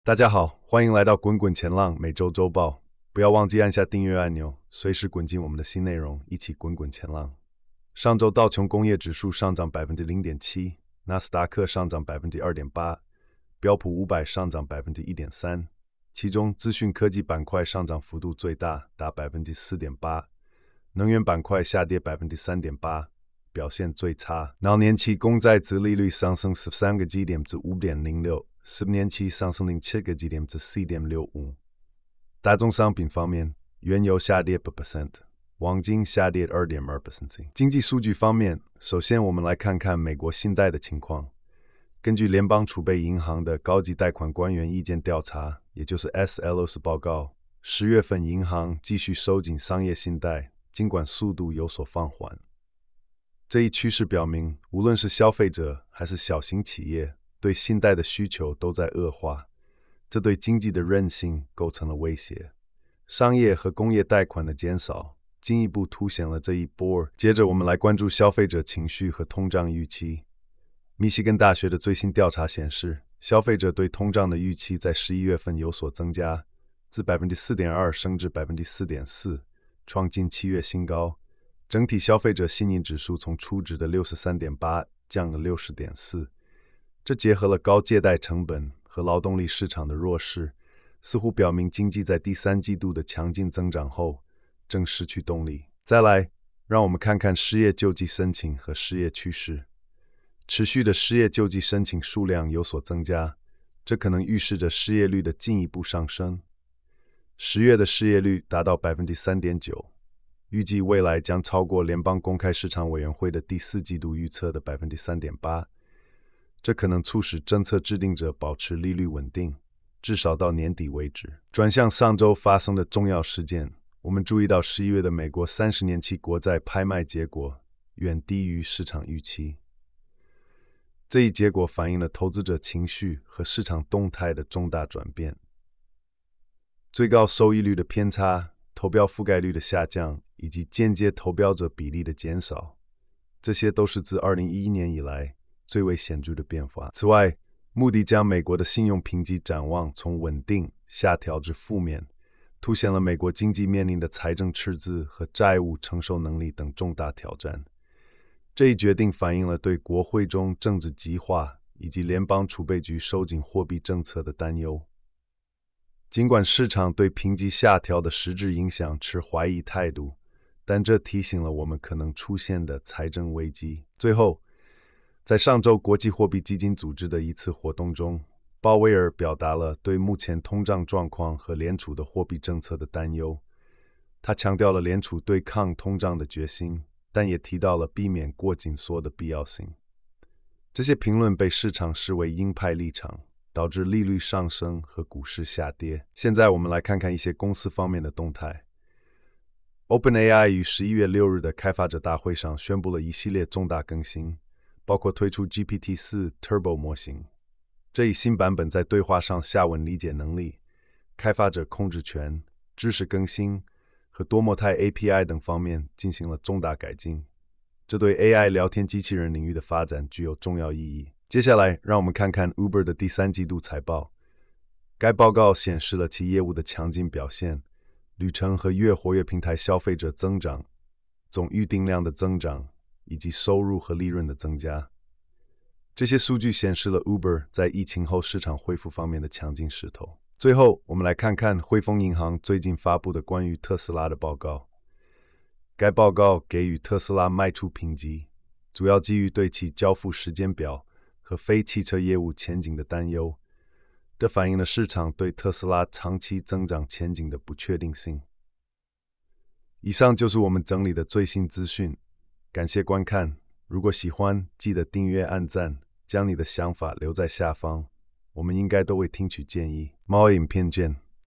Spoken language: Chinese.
大家好，欢迎来到滚滚前浪每周周报。不要忘记按下订阅按钮，随时滚进我们的新内容，一起滚滚前浪。上周道琼工业指数上涨 0.7%， 纳斯达克上涨 2.8%， 标普500上涨 1.3%， 其中资讯科技板块上涨幅度最大，达 4.8%， 能源板块下跌 3.8%， 表现最差。老年期公债殖利率上升13个基点至 5.06%，10年期上升0.7个基点至 4.65%。大宗商品方面，原油下跌 8%， 黄金下跌 2.2%。经济数据方面，首先我们来看看美国信贷的情况。根据联邦储备银行的高级贷款官员意见调查，也就是 SLOS 报告，10月份银行继续收紧商业信贷，尽管速度有所放缓。这一趋势表明，无论是消费者还是小型企业，对信贷的需求都在恶化，这对经济的韧性构成了威胁。商业和工业贷款的减少进一步凸显了这一波。接着我们来关注消费者情绪和通胀预期。密西根大学的最新调查显示，消费者对通胀的预期在11月份有所增加，自 4.2% 升至 4.4%， 创近7月新高。整体消费者信任指数从初值的 63.8 降了 60.4， 这结合了高借贷成本和劳动力市场的弱势，似乎表明经济在第三季度的强劲增长后正失去动力。再来，让我们看看失业救济申请和失业趋势。持续的失业救济申请数量有所增加，这可能预示着失业率的进一步上升。10月的失业率达到 3.9%， 预计未来将超过联邦公开市场委员会的第4季度预测的 3.8%。这可能促使政策制定者保持利率稳定，至少到年底为止。转向上周发生的重要事件，我们注意到11月的美国30年期国债拍卖结果远低于市场预期。这一结果反映了投资者情绪和市场动态的重大转变。最高收益率的偏差、投标覆盖率的下降以及间接投标者比例的减少，这些都是自2011年以来最为显著的变化。此外，穆迪将美国的信用评级展望从稳定下调至负面，凸显了美国经济面临的财政赤字和债务承受能力等重大挑战。这一决定反映了对国会中政治极化以及联邦储备局收紧货币政策的担忧。尽管市场对评级下调的实质影响持怀疑态度，但这提醒了我们可能出现的财政危机。最后，在上周国际货币基金组织的一次活动中，鲍威尔表达了对目前通胀状况和联储的货币政策的担忧。他强调了联储对抗通胀的决心，但也提到了避免过紧缩的必要性。这些评论被市场视为鹰派立场，导致利率上升和股市下跌。现在我们来看看一些公司方面的动态。OpenAI 于11月6日的开发者大会上宣布了一系列重大更新，包括推出 GPT-4 Turbo 模型。这一新版本在对话上下文理解能力、开发者控制权、知识更新和多模态 API 等方面进行了重大改进，这对 AI 聊天机器人领域的发展具有重要意义。接下来，让我们看看 Uber 的第3季度财报。该报告显示了其业务的强劲表现，旅程和月活跃平台消费者增长、总预订量的增长以及收入和利润的增加。这些数据显示了 Uber 在疫情后市场恢复方面的强劲势头。最后，我们来看看汇丰银行最近发布的关于特斯拉的报告。该报告给予特斯拉卖出评级，主要基于对其交付时间表和非汽车业务前景的担忧。这反映了市场对特斯拉长期增长前景的不确定性。以上就是我们整理的最新资讯，感谢观看。如果喜欢，记得订阅、按赞，将你的想法留在下方，我们应该都会听取建议。猫影片见。